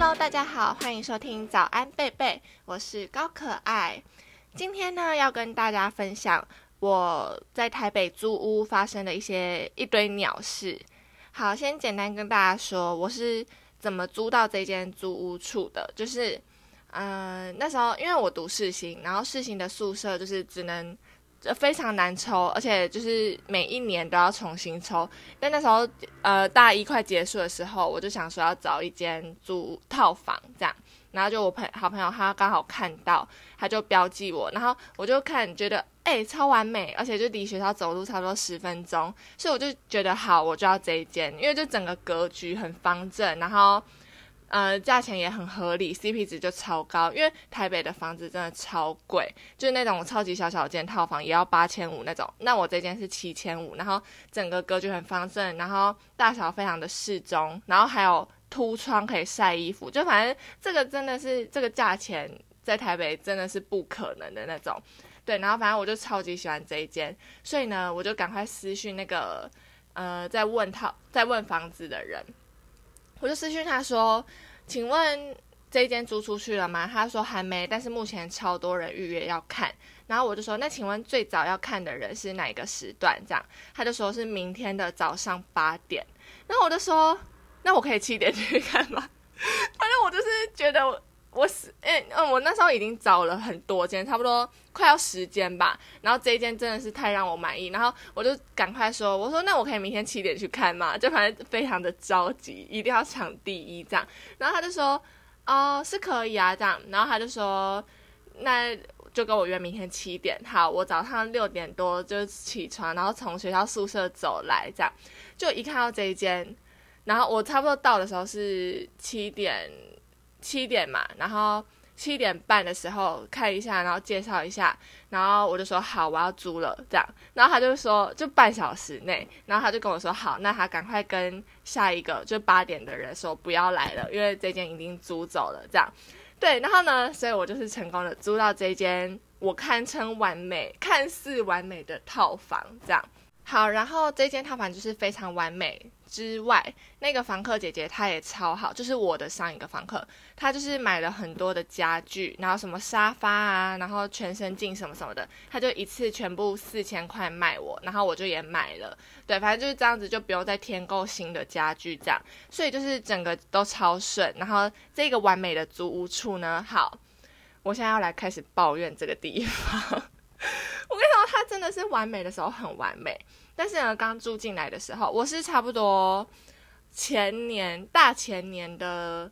Hello， 大家好，欢迎收听早安贝贝，我是高可爱。今天呢，要跟大家分享我在台北租屋发生的一堆鸟事。好，先简单跟大家说，我是怎么租到这间租屋处的。就是那时候因为我读世新，然后世新的宿舍就是只能非常难抽，而且就是每一年都要重新抽。但那时候大一快结束的时候，我就想说要找一间租套房这样，然后就我好朋友他刚好看到，他就标记我，然后我就看觉得超完美，而且就离学校走路差不多10分钟，所以我就觉得好，我就要这一间，因为就整个格局很方正，然后价钱也很合理 ，CP 值就超高，因为台北的房子真的超贵，就是那种超级小间套房也要8500那种，那我这间是7500，然后整个格局很方正，然后大小非常的适中，然后还有凸窗可以晒衣服，就反正这个真的是这个价钱在台北真的是不可能的那种，对，然后反正我就超级喜欢这一间，所以呢，我就赶快私讯那个在问房子的人。我就私讯他说，请问这一间租出去了吗？他说还没，但是目前超多人预约要看。然后我就说，那请问最早要看的人是哪一个时段？这样，他就说是明天的早上8点。然后我就说，那我可以7点去看吗？反正我就是觉得我那时候已经找了很多间，差不多快要10间吧，然后这一间真的是太让我满意，然后我就赶快说，我说那我可以明天7点去看吗？就反正非常的着急，一定要抢第一这样，然后他就说是可以啊这样，然后他就说那就跟我约明天7点，好，我早上6点多就起床，然后从学校宿舍走来这样，就一看到这一间，然后我差不多到的时候是7点嘛，然后7点半的时候看一下，然后介绍一下，然后我就说好，我要租了这样，然后他就说就半小时内，然后他就跟我说好，那他赶快跟下一个就8点的人说不要来了，因为这间已经租走了这样，对，然后呢，所以我就是成功的租到这间我堪称完美、看似完美的套房这样。好，然后这间套房就是非常完美之外，那个房客姐姐她也超好，就是我的上一个房客，她就是买了很多的家具，然后什么沙发啊，然后全身镜什么什么的，她就一次全部4000块卖我，然后我就也买了，对，反正就是这样子，就不用再添购新的家具这样，所以就是整个都超顺。然后这个完美的租屋处呢，好，我现在要来开始抱怨这个地方。我跟你说，它真的是完美的时候很完美，但是呢，刚住进来的时候，我是差不多大前年的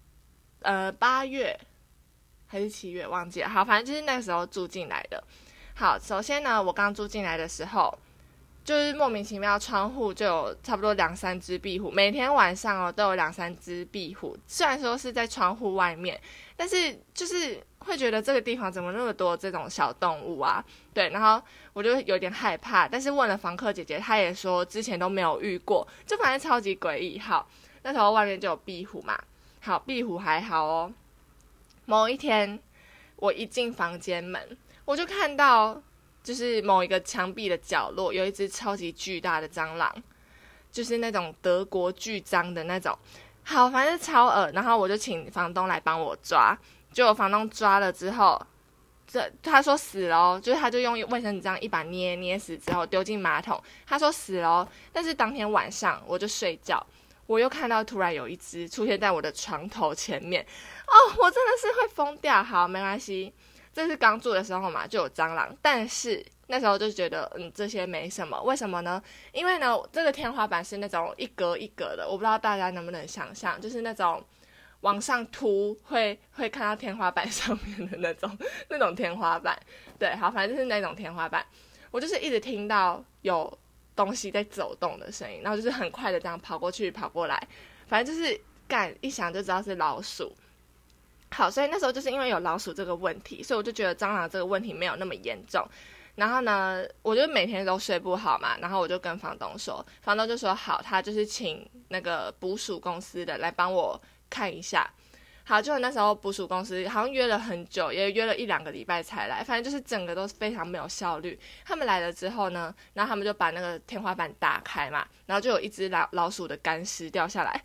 8月还是7月忘记了，好，反正就是那个时候住进来的。好，首先呢，我刚住进来的时候，就是莫名其妙窗户就有差不多2-3只壁虎，每天晚上都有2-3只壁虎，虽然说是在窗户外面，但是就是会觉得这个地方怎么那么多这种小动物啊，对，然后我就有点害怕，但是问了房客姐姐，她也说之前都没有遇过，就反正超级诡异。好，那时候外面就有壁虎嘛，好，壁虎还好哦。某一天我一进房间门，我就看到就是某一个墙壁的角落有一只超级巨大的蟑螂，就是那种德国巨蟑的那种，好，反正超恶，然后我就请房东来帮我抓，结果房东抓了之后，他说死了哦，就是他就用卫生纸这样一把捏死之后丢进马桶，他说死了哦，但是当天晚上我就睡觉，我又看到突然有一只出现在我的床头前面，我真的是会疯掉。好，没关系，这是刚住的时候嘛，就有蟑螂，但是那时候就觉得这些没什么，为什么呢？因为呢这个天花板是那种一格一格的，我不知道大家能不能想象，就是那种往上凸会看到天花板上面的那种天花板，对，好，反正就是那种天花板，我就是一直听到有东西在走动的声音，然后就是很快的这样跑过去跑过来，反正就是一想就知道是老鼠。好，所以那时候就是因为有老鼠这个问题，所以我就觉得蟑螂这个问题没有那么严重。然后呢，我就每天都睡不好嘛，然后我就跟房东说，房东就说好，他就是请那个捕鼠公司的来帮我看一下。好，就那时候捕鼠公司好像约了很久，也约了1-2个礼拜才来，反正就是整个都非常没有效率。他们来了之后呢，然后他们就把那个天花板打开嘛，然后就有一只老鼠的干尸掉下来。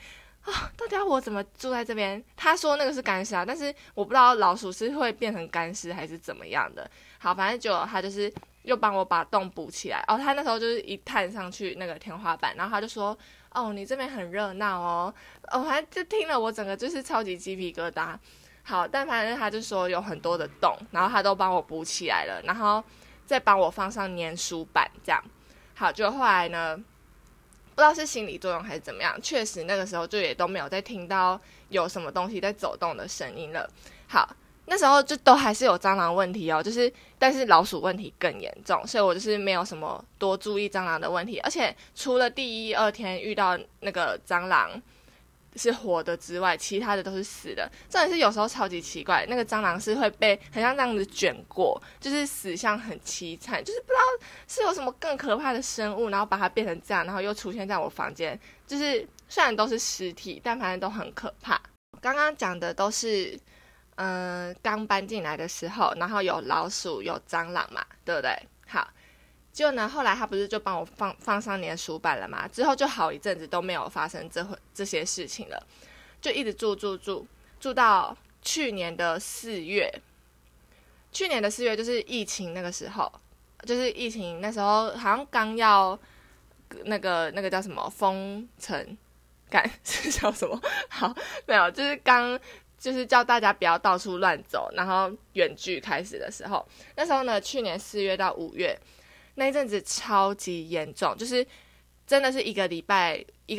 到底要我怎么住在这边？他说那个是干尸啊，但是我不知道老鼠是会变成干尸还是怎么样的。好，反正他就是又帮我把洞补起来。他那时候就是一探上去那个天花板，然后他就说：“你这边很热闹哦。”反正就听了我整个就是超级鸡皮疙瘩。好，但反正他就说有很多的洞，然后他都帮我补起来了，然后再帮我放上粘书板这样。好，就后来呢，不知道是心理作用还是怎么样，确实那个时候就也都没有再听到有什么东西在走动的声音了。好，那时候就都还是有蟑螂问题但是老鼠问题更严重，所以我就是没有什么多注意蟑螂的问题，而且除了第1、2天遇到那个蟑螂是活的之外，其他的都是死的。重点是有时候超级奇怪，那个蟑螂是会被很像这样子卷过，就是死相很凄惨，就是不知道是有什么更可怕的生物，然后把它变成这样，然后又出现在我房间。就是虽然都是尸体，但反正都很可怕。刚刚讲的都是刚搬进来的时候，然后有老鼠有蟑螂嘛，对不对？好，结果呢，后来他不是就帮我放上粘鼠板了嘛？之后就好一阵子都没有发生这些事情了，就一直住到去年的4月。去年的4月就是疫情那个时候，就是疫情那时候好像刚要那个叫什么封城，是叫什么？好，没有，就是叫大家不要到处乱走，然后远距开始的时候，那时候呢，去年4月到5月。那一阵子超级严重，就是真的是一个礼拜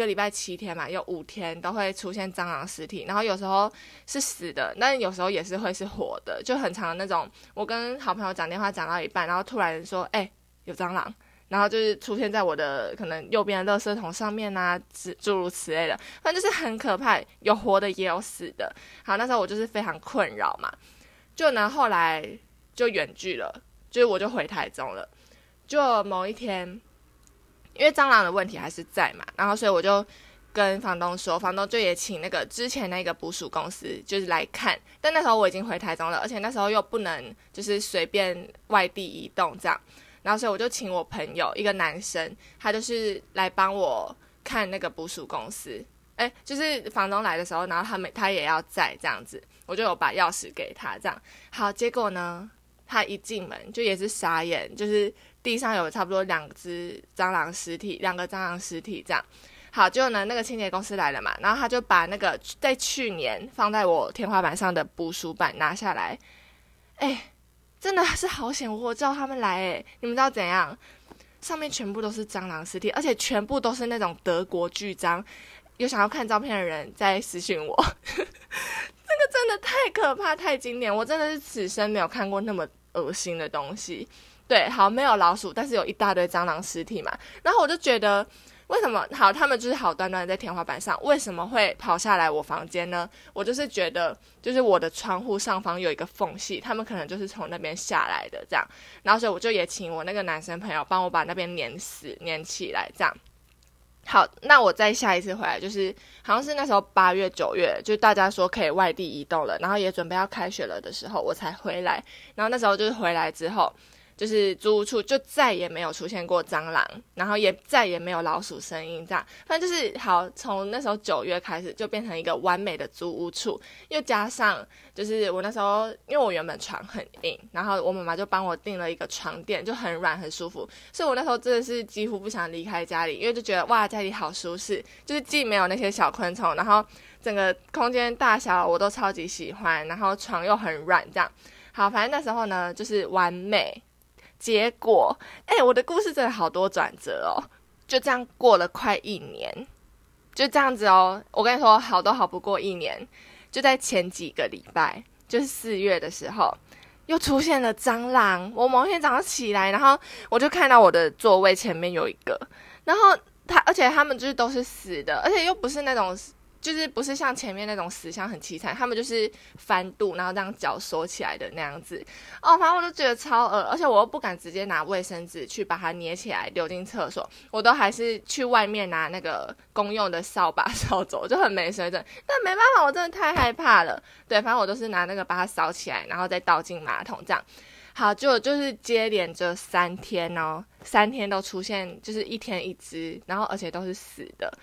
7天嘛，有5天都会出现蟑螂尸体，然后有时候是死的，但有时候也是会是活的，就很常的那种。我跟好朋友讲电话讲到一半，然后突然说：“有蟑螂！”然后就是出现在我的可能右边的垃圾桶上面啊，诸如此类的，反正就是很可怕，有活的也有死的。好，那时候我就是非常困扰嘛，就呢后来就远距了，就是我就回台中了。就某一天，因为蟑螂的问题还是在嘛，然后所以我就跟房东说，房东就也请那个之前那个捕鼠公司就是来看，但那时候我已经回台中了，而且那时候又不能就是随便外地移动这样，然后所以我就请我朋友一个男生，他就是来帮我看那个捕鼠公司，就是房东来的时候，然后他也要在这样子，我就有把钥匙给他这样。好，结果呢，他一进门就也是傻眼，就是地上有差不多2个蟑螂尸体这样。好，结果呢，那个清洁公司来了嘛，然后他就把那个在去年放在我天花板上的捕鼠板拿下来。真的是好险，我叫他们来你们知道怎样？上面全部都是蟑螂尸体，而且全部都是那种德国巨蟑。有想要看照片的人再私讯我。这个真的太可怕太经典，我真的是此生没有看过那么恶心的东西。对，好，没有老鼠，但是有一大堆蟑螂尸体嘛。然后我就觉得，为什么好，他们就是好端端的在天花板上，为什么会跑下来我房间呢？我就是觉得，就是我的窗户上方有一个缝隙，他们可能就是从那边下来的这样。然后所以我就也请我那个男生朋友帮我把那边粘起来这样。好，那我再下一次回来，就是好像是那时候8月9月，就大家说可以外地移动了，然后也准备要开学了的时候，我才回来。然后那时候就是回来之后，就是租屋处就再也没有出现过蟑螂，然后也再也没有老鼠声音，这样，反正就是好，从那时候9月开始就变成一个完美的租屋处，又加上就是我那时候因为我原本床很硬，然后我妈妈就帮我订了一个床垫，就很软很舒服，所以我那时候真的是几乎不想离开家里，因为就觉得哇家里好舒适，就是既没有那些小昆虫，然后整个空间大小我都超级喜欢，然后床又很软这样。好，反正那时候呢就是完美。结果我的故事真的好多转折哦，就这样过了快1年，就这样子哦，我跟你说好都好不过1年，就在前几个礼拜，就是4月的时候又出现了蟑螂。我某一天早上起来，然后我就看到我的座位前面有一个，然后而且他们就是都是死的，而且又不是那种就是不是像前面那种死相很凄惨，他们就是翻肚，然后这样脚缩起来的那样子。反正我就觉得超恶，而且我又不敢直接拿卫生纸去把它捏起来丢进厕所，我都还是去外面拿那个公用的扫把扫走，就很没水准。但没办法，我真的太害怕了。对，反正我都是拿那个把它扫起来，然后再倒进马桶这样。好，就是接连着3天哦，3天都出现，就是1天1只，然后而且都是死的。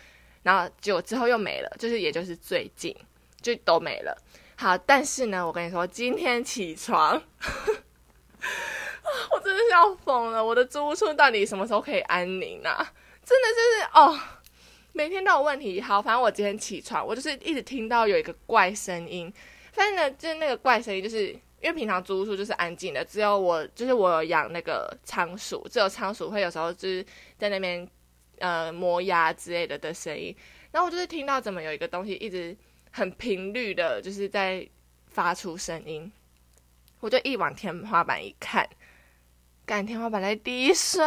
然后结果之后又没了，也就是最近就都没了。好，但是呢，我跟你说，今天起床我真的是要疯了，我的租屋处到底什么时候可以安宁啊？真的就是每天都有问题。好，反正我今天起床，我就是一直听到有一个怪声音。反正呢，就是那个怪声音，就是因为平常租屋处就是安静的，只有我有养那个仓鼠，只有仓鼠会有时候就是在那边磨牙之类的声音。然后我就是听到怎么有一个东西一直很频率的，就是在发出声音。我就一往天花板一看，干，天花板在滴水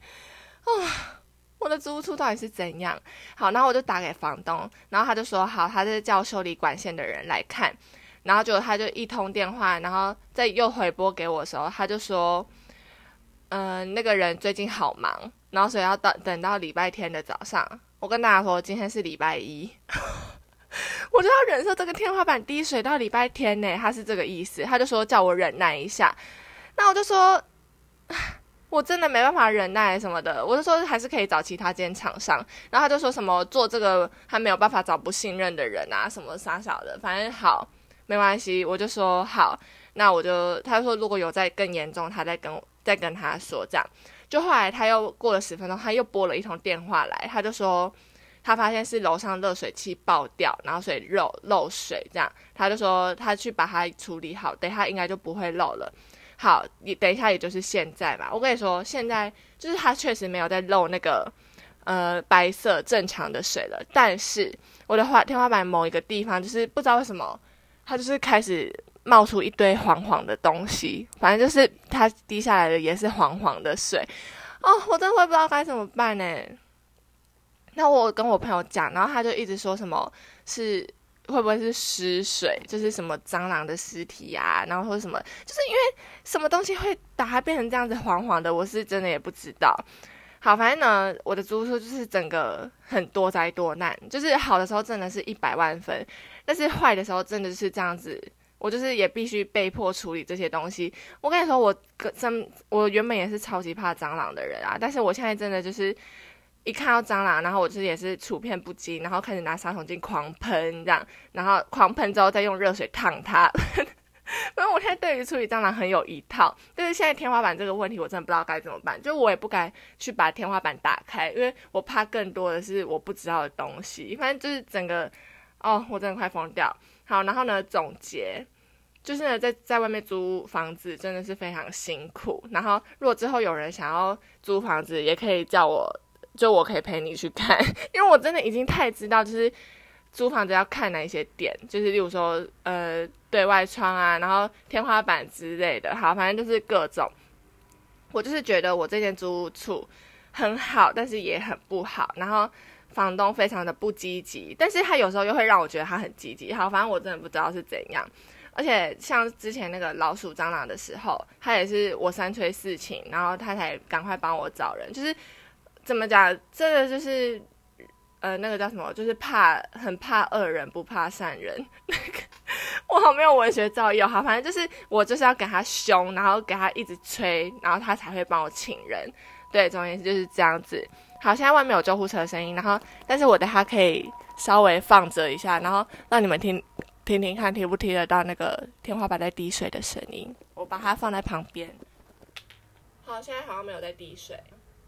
我的租屋处到底是怎样？好，然后我就打给房东，然后他就说好，他是叫修理管线的人来看，然后他就一通电话，然后再又回拨给我的时候，他就说，那个人最近好忙，然后所以要等到礼拜天的早上。我跟大家说，今天是礼拜一，我就要忍受这个天花板滴水到礼拜天呢，他是这个意思。他就说叫我忍耐一下，那我就说。我真的没办法忍耐什么的，我就说还是可以找其他间厂商，然后他就说什么做这个他没有办法找不信任的人啊，什么傻小的，反正好没关系，我就说好，那他说如果有再更严重，他再跟他说这样。就后来他又过了10分钟，他又拨了一通电话来，他就说他发现是楼上热水器爆掉，然后所以漏水这样，他就说他去把它处理好，等一下应该就不会漏了。好，你等一下，也就是现在嘛。我跟你说，现在就是它确实没有在漏那个白色正常的水了，但是我的天花板某一个地方就是不知道为什么，它就是开始冒出一堆黄黄的东西，反正就是它滴下来的也是黄黄的水。我真的会不知道该怎么办呢。那我跟我朋友讲，然后他就一直说什么是。会不会是尸水，就是什么蟑螂的尸体啊，然后或者什么，就是因为什么东西会把它变成这样子黄黄的，我是真的也不知道。好，反正呢，我的租屋处就是整个很多灾多难，就是好的时候真的是100万分，但是坏的时候真的是这样子，我就是也必须被迫处理这些东西。我跟你说，我原本也是超级怕蟑螂的人啊，但是我现在真的就是一看到蟑螂，然后我就是也是处变不惊，然后开始拿杀虫剂狂喷这样，然后狂喷之后再用热水烫它。反正我现在对于处理蟑螂很有一套，但是现在天花板这个问题我真的不知道该怎么办，就我也不该去把天花板打开，因为我怕更多的是我不知道的东西。反正就是整个我真的快疯掉。好，然后呢总结就是呢在外面租房子真的是非常辛苦，然后如果之后有人想要租房子也可以叫我，就我可以陪你去看，因为我真的已经太知道就是租房子要看哪一些点，就是例如说对外窗啊，然后天花板之类的。好，反正就是各种。我就是觉得我这间租屋处很好，但是也很不好，然后房东非常的不积极，但是他有时候又会让我觉得他很积极。好，反正我真的不知道是怎样。而且像之前那个老鼠蟑螂的时候，他也是我3催4请，然后他才赶快帮我找人，就是怎么讲，真的就是那个叫什么，就是很怕恶人不怕善人。我好没有文学造诣好，反正就是我就是要给他凶，然后给他一直催，然后他才会帮我请人。对，总而言之就是这样子。好，现在外面有救护车的声音，然后但是我等下可以稍微放着一下，然后让你们听看听不听得到那个天花板在滴水的声音。我把它放在旁边。好，现在好像没有在滴水。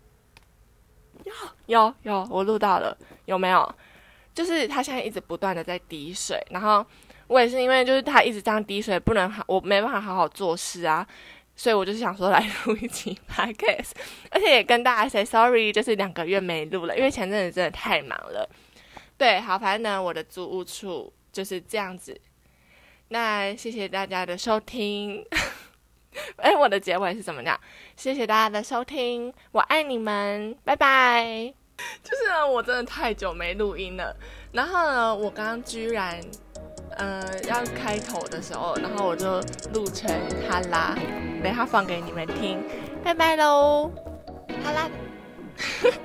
有，我录到了，有没有？就是它现在一直不断的在滴水，然后我也是因为就是它一直这样滴水，我没办法好好做事啊，所以我就是想说来录一期 podcast， 而且也跟大家 say sorry， 就是2个月没录了，因为前阵子真的太忙了。对，好，反正呢，我的租屋处就是这样子。那谢谢大家的收听。我的结尾是怎么样？谢谢大家的收听，我爱你们，拜拜。就是呢，我真的太久没录音了，然后呢，我刚刚居然要开头的时候，然后我就录成哈拉，等一下放给你们听，拜拜喽，哈拉。